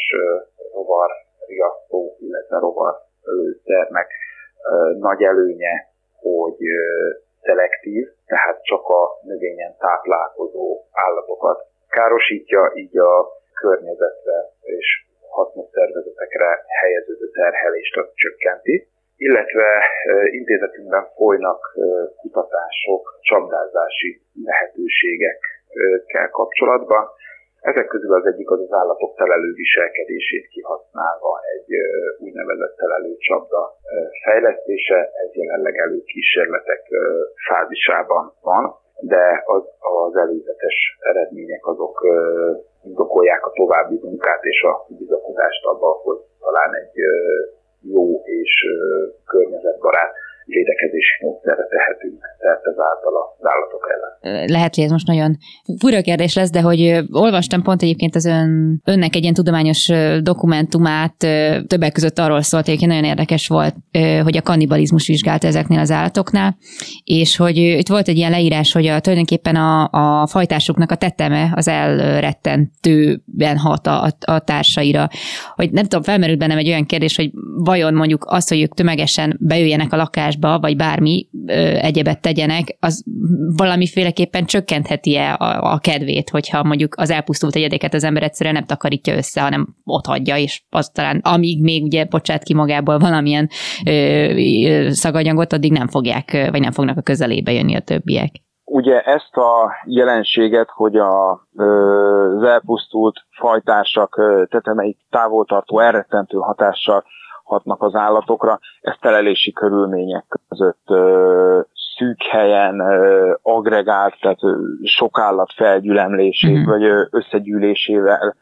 rovarriasztó, illetve rovarlőszernek nagy előnye, hogy szelektív, tehát csak a növényen táplálkozó állatokat károsítja, így a környezetre és hasznos szervezetekre helyeződő terhelést csökkenti. Illetve intézetünkben folynak kutatások csapdázási lehetőségekkel kapcsolatban. Ezek közül az egyik az állatok telelő viselkedését kihasználva egy úgynevezett telelőcsapda fejlesztése. Ez jelenleg előkísérletek fázisában van, de az előzetes eredmények azok indokolják a további munkát és a bizakodást abban, hogy talán egy jó és környezetbarát védekezési módszerre tehetünk, tehát ezáltal az állatok ellen. Lehet, hogy ez most nagyon fura kérdés lesz, de hogy olvastam pont egyébként az önnek egy ilyen tudományos dokumentumát, többek között arról szólt, hogy nagyon érdekes volt, hogy a kannibalizmus vizsgált ezeknél az állatoknál, és hogy itt volt egy ilyen leírás, hogy tulajdonképpen a fajtásuknak a teteme az elrettentően hat a társaira. Hogy nem tudom, felmerült bennem egy olyan kérdés, hogy vajon mondjuk azt, hogy ők tömegesen bejöjjenek a lakásba, vagy bármi egyebet tegyenek, az valamiféleképpen csökkentheti-e a kedvét, hogyha mondjuk az elpusztult egyedeket az ember egyszerűen nem takarítja össze, hanem ott hagyja, és aztán amíg még ugye bocsát ki magából valamilyen szaganyagot, addig nem fogják, vagy nem fognak a közelébe jönni a többiek. Ugye ezt a jelenséget, hogy az elpusztult fajtársak tetemeik távoltartó elrettentő hatással hatnak az állatokra, ezt telelési körülmények között szűk helyen agregált, tehát sok állat felgyülemlésével, vagy összegyűlésével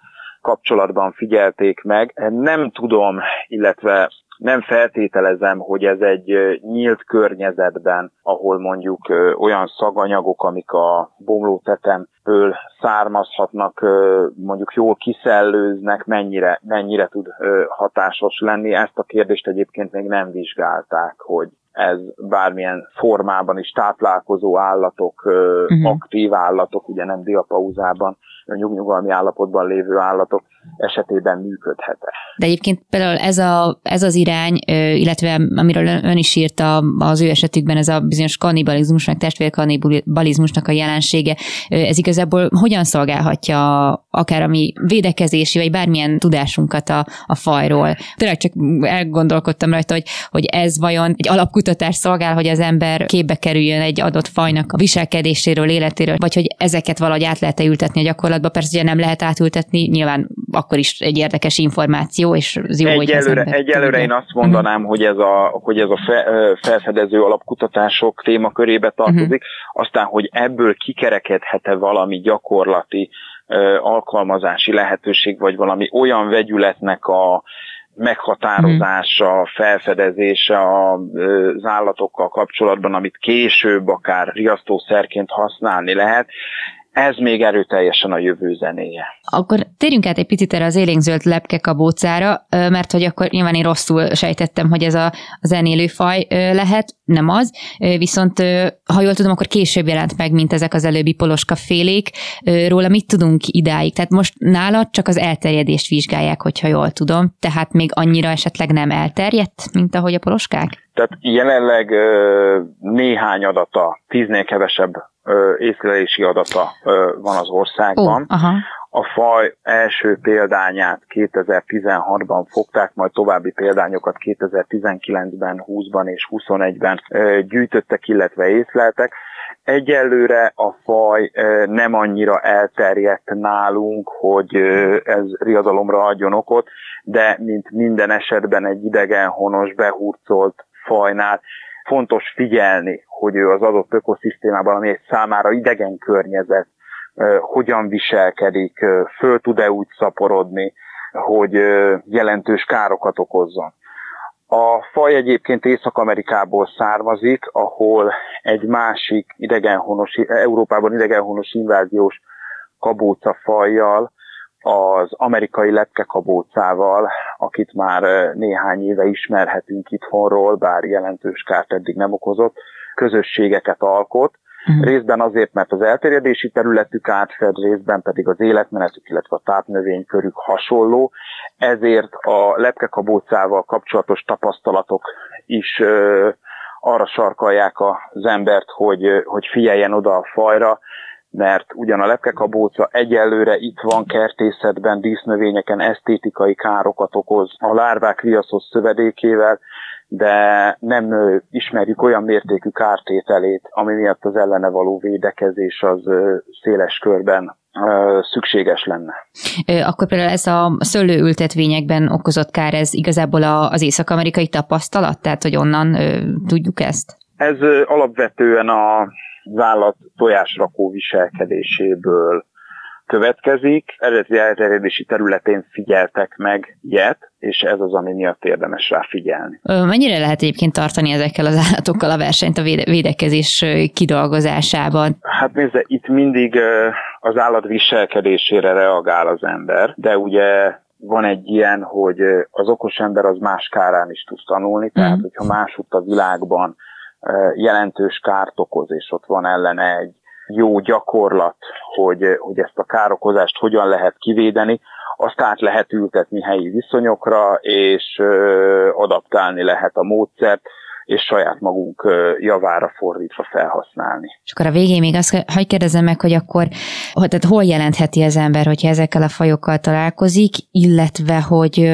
kapcsolatban figyelték meg. Nem tudom, illetve nem feltételezem, hogy ez egy nyílt környezetben, ahol mondjuk olyan szaganyagok, amik a bomlótetemből származhatnak, mondjuk jól kiszellőznek, mennyire tud hatásos lenni. Ezt a kérdést egyébként még nem vizsgálták, hogy ez bármilyen formában is táplálkozó állatok, aktív állatok, ugye nem diapauzában, nyugalmi állapotban lévő állatok esetében működhet-e. De egyébként például ez az irány, illetve amiről ön is írta az ő esetükben, ez a bizonyos kannibalizmusnak, testvérkannibalizmusnak a jelensége, ez igazából hogyan szolgálhatja akár a mi védekezési, vagy bármilyen tudásunkat a fajról? Tényleg csak elgondolkodtam rajta, hogy ez vajon egy alapkutatás szolgál, hogy az ember képbe kerüljön egy adott fajnak a viselkedéséről, életéről, vagy hogy ezeket valahogy át lehet ültetni a gyakorlatba. Persze ugye nem lehet átültetni, nyilván akkor is egy érdekes információ, és az jó, Egyelőre én azt mondanám, hogy ez a felfedező alapkutatások témakörébe tartozik, aztán, hogy ebből kikerekedhet-e valami gyakorlati alkalmazási lehetőség, vagy valami olyan vegyületnek a meghatározása, felfedezése az állatokkal kapcsolatban, amit később akár riasztószerként használni lehet, ez még erőteljesen a jövő zenéje. Akkor térjünk át egy picit erre az élénkzöld lepkekabócára, mert hogy akkor nyilván én rosszul sejtettem, hogy ez a zenélő faj lehet, nem az, viszont ha jól tudom, akkor később jelent meg, mint ezek az előbbi poloskafélék. Róla mit tudunk idáig? Tehát most nála csak az elterjedést vizsgálják, hogyha jól tudom, tehát még annyira esetleg nem elterjedt, mint ahogy a poloskák? Tehát jelenleg néhány 10-nél kevesebb észlelési adata van az országban. A faj első példányát 2016-ban fogták, majd további példányokat 2019-ben, 20-ban és 21-ben gyűjtöttek, illetve észleltek. Egyelőre a faj nem annyira elterjedt nálunk, hogy ez riadalomra adjon okot, de mint minden esetben egy idegenhonos, behurcolt fajnál fontos figyelni, hogy ő az adott ökoszisztémában, ami egy számára idegen környezet, hogyan viselkedik, föl tud-e úgy szaporodni, hogy jelentős károkat okozzon. A faj egyébként Észak-Amerikából származik, ahol egy másik Európában idegenhonos inváziós kabócafajjal, az amerikai lepkekabócával, akit már néhány éve ismerhetünk itthonról, bár jelentős kárt eddig nem okozott, közösségeket alkot. Részben azért, mert az elterjedési területük átfed, részben pedig az életmenetük, illetve a tápnövénykörük hasonló. Ezért a lepkekabócával kapcsolatos tapasztalatok is arra sarkalják az embert, hogy figyeljen oda a fajra, mert ugyan a lepkekabóca egyelőre itt van kertészetben, dísznövényeken esztétikai károkat okoz a lárvák riaszos szövedékével, de nem ismerjük olyan mértékű kártételét, ami miatt az ellene való védekezés az széles körben szükséges lenne. Akkor például ez a szőlőültetvényekben okozott kár, ez igazából az észak-amerikai tapasztalat? Tehát, hogy onnan tudjuk ezt? Ez alapvetően az állat tojásrakó viselkedéséből következik. Eredeti elterjedési területén figyeltek meg ilyet, és ez az, ami miatt érdemes rá figyelni. Mennyire lehet egyébként tartani ezekkel az állatokkal a versenyt a védekezés kidolgozásában? Hát nézze, itt mindig az állat viselkedésére reagál az ember, de ugye van egy ilyen, hogy az okos ember az más kárán is tud tanulni, tehát hogyha másutt a világban jelentős kárt okoz, és ott van ellene egy jó gyakorlat, hogy ezt a károkozást hogyan lehet kivédeni, azt át lehet ültetni helyi viszonyokra, és adaptálni lehet a módszert, és saját magunk javára fordítva felhasználni. És akkor a végén még azt, hadd kérdezzem meg, hogy akkor tehát hol jelentheti az ember, hogyha ezekkel a fajokkal találkozik, illetve hogy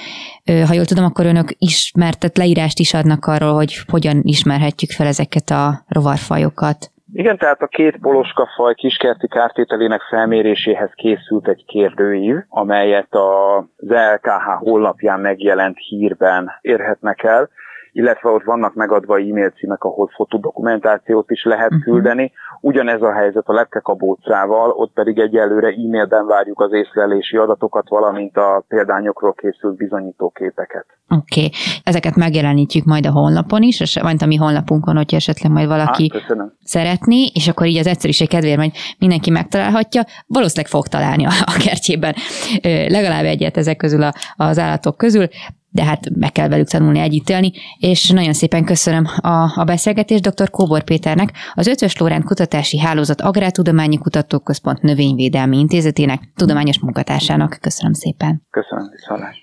ha jól tudom, akkor önök tehát leírást is adnak arról, hogy hogyan ismerhetjük fel ezeket a rovarfajokat. Igen, tehát a két poloskafaj kiskerti kártételének felméréséhez készült egy kérdőív, amelyet az LKH honlapján megjelent hírben érhetnek el, illetve ott vannak megadva e-mail címek, ahol fotodokumentációt is lehet küldeni. Ugyanez a helyzet a lepkekabócával, ott pedig egyelőre e-mailben várjuk az észlelési adatokat, valamint a példányokról készült bizonyítóképeket. Oké. Ezeket megjelenítjük majd a honlapon is, vagy a mi honlapunkon, hogyha esetleg majd valaki szeretné, és akkor így az egyszerűség kedvéért majd mindenki megtalálhatja. Valószínűleg fog találni a kertjében legalább egyet ezek közül az állatok közül, de hát meg kell velük tanulni együtt élni, és nagyon szépen köszönöm a beszélgetést dr. Kóbor Péternek, az Eötvös Loránd Kutatási Hálózat Agrártudományi Kutatóközpont Növényvédelmi Intézetének tudományos munkatársának. Köszönöm szépen. Köszönöm, viszontlátásra.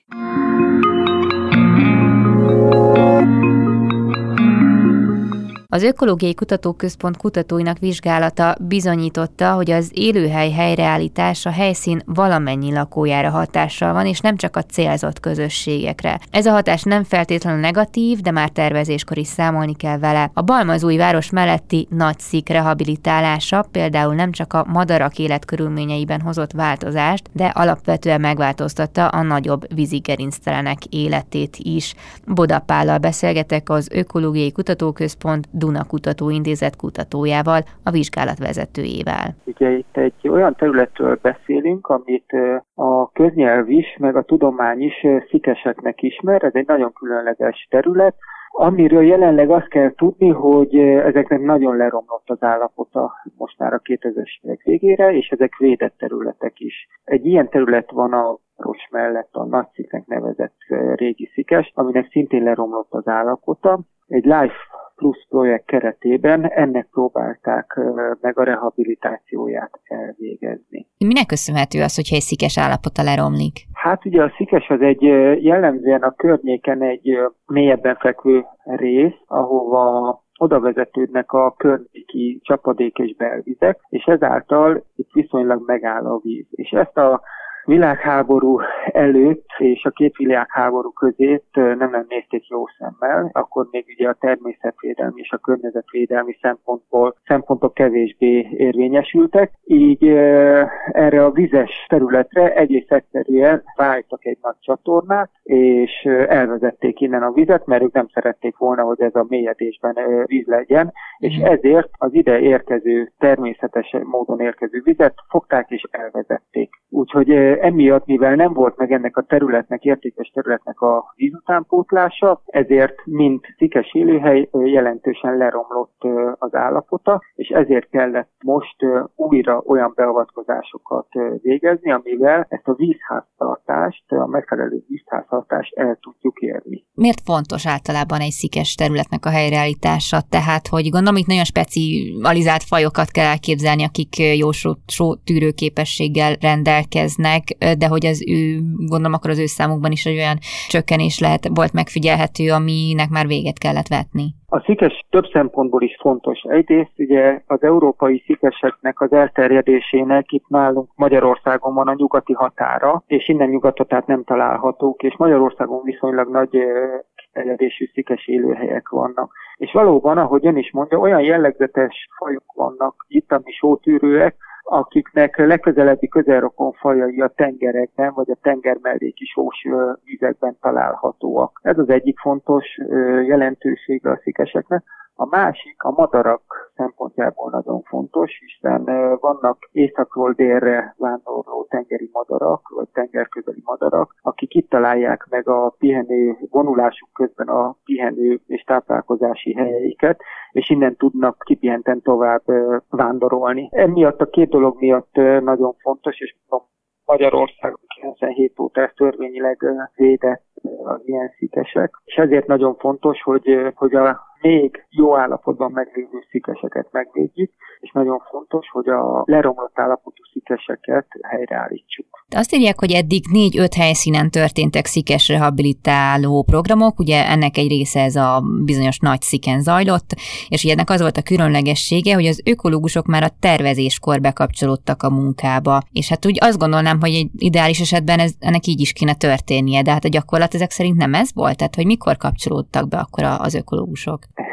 Az Ökológiai Kutatóközpont kutatóinak vizsgálata bizonyította, hogy az élőhely helyreállítása helyszín valamennyi lakójára hatással van, és nem csak a célzott közösségekre. Ez a hatás nem feltétlenül negatív, de már tervezéskor is számolni kell vele. A Balmazújváros melletti Nagyszik rehabilitálása például nem csak a madarak életkörülményeiben hozott változást, de alapvetően megváltoztatta a nagyobb vízigerinctelenek életét is. Boda Pállal beszélgetek, az Ökológiai Kutatóközpont Duna Kutatóintézet kutatójával, a vizsgálat vezetőjével. Ugye itt egy olyan területről beszélünk, amit a köznyelv is, meg a tudomány is szikeseknek ismer, ez egy nagyon különleges terület, amiről jelenleg azt kell tudni, hogy ezeknek nagyon leromlott az állapota most már a 2000-es évek végére, és ezek védett területek is. Egy ilyen terület van a város mellett a Nagysziknek nevezett régi szikes, aminek szintén leromlott az állapota. Egy Life Plus projekt keretében ennek próbálták meg a rehabilitációját elvégezni. Minek köszönhető az, hogyha egy szikes állapota leromlik? Hát ugye a szikes az egy jellemzően a környéken egy mélyebben fekvő rész, ahova oda vezetődnek a környéki csapadék és belvizek, és ezáltal itt viszonylag megáll a víz. És ezt a világháború előtt és a két világháború között nem nézték jó szemmel, akkor még ugye a természetvédelmi és a környezetvédelmi szempontok kevésbé érvényesültek, így erre a vizes területre egész egyszerűen vájtak egy nagy csatornát, és elvezették innen a vizet, mert ők nem szerették volna, hogy ez a mélyedésben víz legyen, és ezért az ide érkező, természetes módon érkező vizet fogták és elvezették. Úgyhogy emiatt, mivel nem volt meg ennek a területnek, értékes területnek a vízutánpótlása, ezért mint szikes élőhely jelentősen leromlott az állapota, és ezért kellett most újra olyan beavatkozásokat végezni, amivel ezt a vízháztartást, a megfelelő vízháztartást el tudjuk érni. Miért fontos általában egy szikes területnek a helyreállítása? Tehát, hogy gondolom, itt nagyon specializált fajokat kell elképzelni, akik jó tűrőképességgel rendelkeznek, de hogy az gondolom akkor az ő számukban is egy olyan csökkenés volt megfigyelhető, aminek már véget kellett vetni. A szikes több szempontból is fontos. Egyrészt ugye az európai szikeseknek az elterjedésének itt nálunk Magyarországon van a nyugati határa, és innen nyugatra tehát nem találhatók, és Magyarországon viszonylag nagy terjedésű szikes élőhelyek vannak. És valóban, ahogy ön is mondja, olyan jellegzetes fajok vannak itt, ami sótűrőek, akiknek legközelebbi közelrokon fajai a tengerekben, vagy a tengermelléki sós vizekben találhatóak. Ez az egyik fontos jelentősége a szikeseknek. A másik a madarak szempontjából nagyon fontos, hiszen vannak északról délre vándorló tengeri madarak, vagy tengerközeli madarak, akik itt találják meg a pihenő, vonulásuk közben a pihenő és táplálkozási helyeiket, és innen tudnak kipihenten tovább vándorolni. Emiatt a két dolog miatt nagyon fontos, és Magyarország 97 óta ez törvényileg védett az ilyen szikesek, és ezért nagyon fontos, hogy a még jó állapotban meglévő szikeseket megvédjük, és nagyon fontos, hogy a leromlott állapotú szikeseket helyreállítsuk. Azt írják, hogy eddig 4-5 helyszínen történtek szikes rehabilitáló programok, ugye ennek egy része ez a bizonyos Nagysziken zajlott, és ugye ennek az volt a különlegessége, hogy az ökológusok már a tervezéskor bekapcsolódtak a munkába, és hát úgy azt gondolnám, hogy egy ideális esetben ennek így is kéne történnie, de hát a gyakorlat ezek szerint nem ez volt? Tehát, hogy mikor kapcsolódtak be akkor az ökológusok?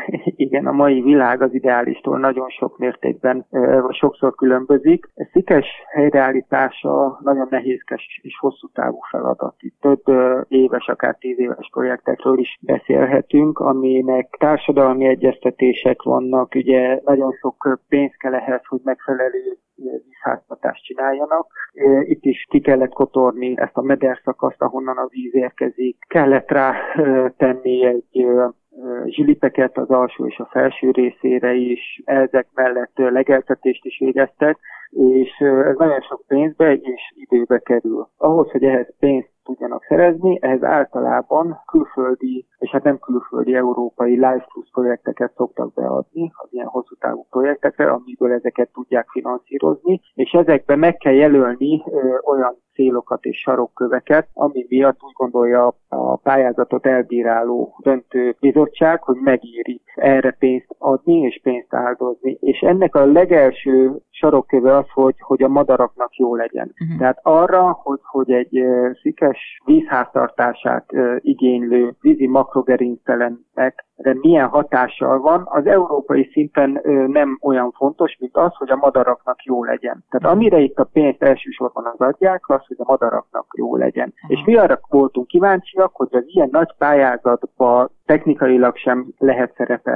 igen, a mai világ az ideálistól nagyon sok mértékben, vagy sokszor különbözik. A szikes helyreállítása nagyon nehézkes és hosszú távú feladat. Itt több éves, akár 10 éves projektekről is beszélhetünk, aminek társadalmi egyeztetések vannak, ugye nagyon sok pénz kell ehhez, hogy megfelelő vízháztartást csináljanak. Itt is ki kellett kotorni ezt a mederszakaszt, ahonnan a víz érkezik. Kellett rá tenni egy zsilipeket az alsó és a felső részére is, ezek mellett legeltetést is végeztek, és ez nagyon sok pénzbe és időbe kerül. Ahhoz, hogy ehhez pénzt tudjanak szerezni, ehhez általában külföldi, és hát nem külföldi, európai Life Plus projekteket szoktak beadni, az ilyen hosszú távú projektekre, amiből ezeket tudják finanszírozni, és ezekben meg kell jelölni olyan célokat és sarokköveket, ami miatt úgy gondolja a pályázatot elbíráló döntő bizottság, hogy megéri erre pénzt adni és pénzt áldozni. És ennek a legelső sarokköve az, hogy a madaraknak jó legyen. Tehát arra, hogy egy szikes vízháztartását igénylő vízi makrogerinctelenekre milyen hatással van, az európai szinten nem olyan fontos, mint az, hogy a madaraknak jó legyen. Tehát amire itt a pénzt elsősorban az adják, az, hogy a madaraknak jó legyen. És mi arra voltunk kíváncsiak, hogy az ilyen nagy pályázatban technikailag sem lehet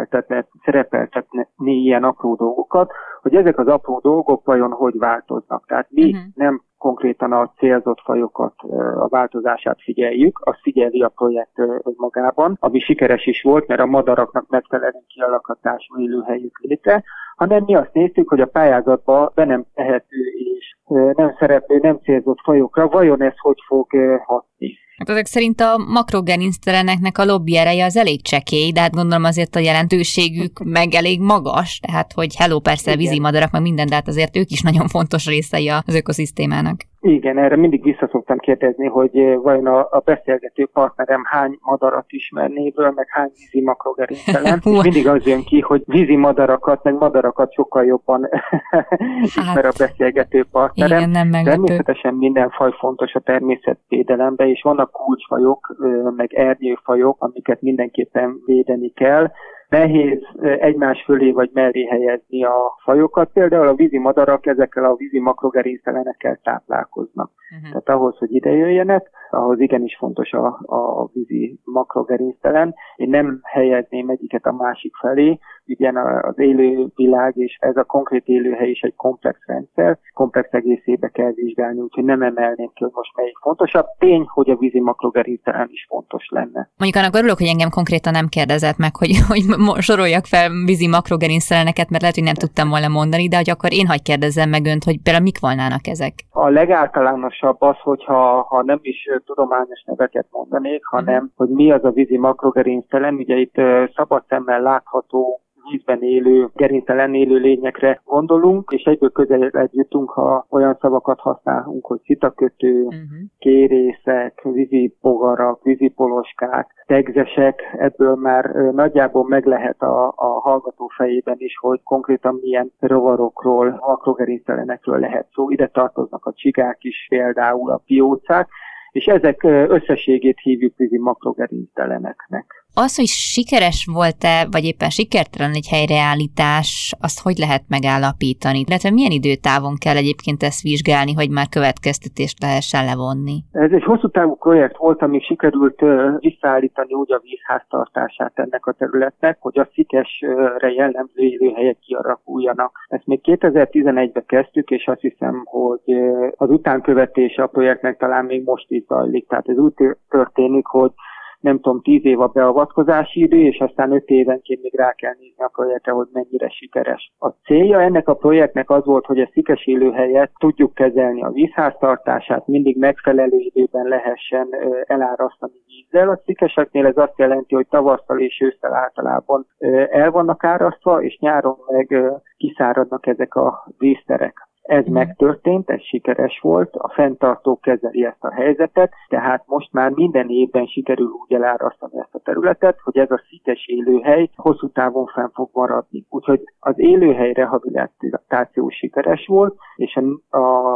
szerepeltetni ilyen apró dolgokat, hogy ezek az apró dolgok vajon hogy változnak. Tehát mi nem konkrétan a célzott fajokat, a változását figyeljük, azt figyeli a projekt magában, ami sikeres is volt, mert a madaraknak megfelelő kialakítású élőhelyük létre, hanem mi azt néztük, hogy a pályázatban be nem tehető és nem szereplő, nem célzott fajokra vajon ez hogy fog hatni. Hát ezek szerint a makrogerincteleneknek a lobby ereje az elég csekély, de hát gondolom azért a jelentőségük meg elég magas, tehát hogy hello, persze vízimadarak, meg minden, de hát azért ők is nagyon fontos részei az ökoszisztémának. Igen, erre mindig vissza szoktam kérdezni, hogy vajon a beszélgető partnerem hány madarat ismer névről, meg hány vízi makrogerinctelen. Mindig az jön ki, hogy vízi madarakat, meg madarakat sokkal jobban ismer a beszélgető partnerem. Igen, nem meglepő. Természetesen minden faj fontos a természetvédelemben, és vannak kulcsfajok, meg ernyőfajok, amiket mindenképpen védeni kell. Nehéz egymás fölé vagy mellé helyezni a fajokat. Például a vízi madarak ezekkel a vízi makrogerinctelenekkel táplálkoznak. Tehát ahhoz, hogy ide jöjjenek, ahhoz igenis fontos a vízi makrogerinctelen. Én nem helyezném egyiket a másik felé, ugyan az élővilág és ez a konkrét élőhely is egy komplex rendszer, komplex egészébe kell vizsgálni, úgyhogy nem emelném ki, hogy most melyik fontosabb. Tény, hogy a vízi makrogerinctelen is fontos lenne. Mondjuk annak örülök, hogy engem konkrétan nem kérdezett meg, hogy soroljak fel vízi makrogerincteleneket, mert lehet, hogy nem tudtam volna mondani, de hogy akkor én hadd kérdezzem meg önt, hogy például mik volnának ezek? A legáltalánosabb az, hogyha nem is tudományos neveket mondanék, hanem hogy mi az a vízi makrogerinctelen. Ugye itt szabad szemmel látható vízben élő, gerinctelen élő lényekre gondolunk, és egyből közelebb jutunk, ha olyan szavakat használunk, hogy szitakötő, kérészek, vízibogarak, vízipoloskák, tegzesek, ebből már nagyjából meg lehet a hallgató fejében is, hogy konkrétan milyen rovarokról, makrogerinctelenekről lehet szó. Ide tartoznak a csigák is, például a piócák, és ezek összességét hívjuk vízi makrogerincteleneknek. Az, hogy sikeres volt-e, vagy éppen sikertelen egy helyreállítás, azt hogy lehet megállapítani? Illetve milyen időtávon kell egyébként ezt vizsgálni, hogy már következtetést lehessen levonni? Ez egy hosszú távú projekt volt, amíg sikerült visszaállítani úgy a vízháztartását ennek a területnek, hogy a szikesre jellemző élőhelyek kialakuljanak. Ezt még 2011-ben kezdtük, és azt hiszem, hogy az utánkövetése a projektnek talán még most is zajlik. Tehát ez úgy történik, hogy nem tudom, 10 év a beavatkozási idő, és aztán 5 évenként még rá kell nézni a projektre, hogy mennyire sikeres. A célja ennek a projektnek az volt, hogy a szikes élőhelyet tudjuk kezelni, a vízháztartását mindig megfelelő időben lehessen elárasztani vízzel. A szikeseknél ez azt jelenti, hogy tavasszal és ősszel általában el vannak árasztva, és nyáron meg kiszáradnak ezek a vízterek. Ez megtörtént, ez sikeres volt, a fenntartó kezeli ezt a helyzetet, tehát most már minden évben sikerül úgy elárasztani ezt a területet, hogy ez a szikes élőhely hosszú távon fenn fog maradni. Úgyhogy az élőhely rehabilitáció sikeres volt, és a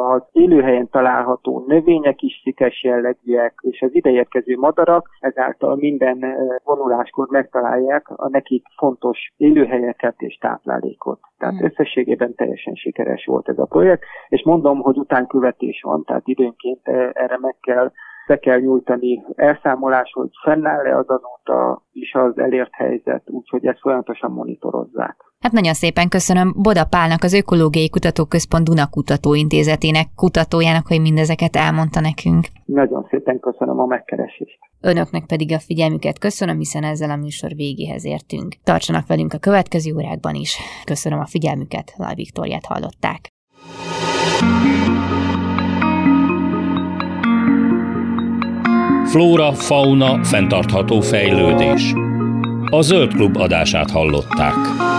az élőhelyen található növények is szikes jellegűek, és az ideérkező madarak ezáltal minden vonuláskor megtalálják a nekik fontos élőhelyeket és táplálékot. Tehát összességében teljesen sikeres volt ez a projekt, és mondom, hogy utánkövetés van, tehát időnként erre be kell nyújtani elszámolás, hogy fennáll-e az azóta is az elért helyzet, úgyhogy ezt folyamatosan monitorozzák. Hát nagyon szépen köszönöm Boda Pálnak, az Ökológiai Kutatóközpont Duna Kutatóintézetének kutatójának, hogy mindezeket elmondta nekünk. Nagyon szépen köszönöm a megkeresést. Önöknek pedig a figyelmüket köszönöm, hiszen ezzel a műsor végéhez értünk. Tartsanak velünk a következő órákban is. Köszönöm a figyelmüket, Laj Viktóriát hallották. Flóra, fauna, fenntartható fejlődés. A Zöld Klub adását hallották.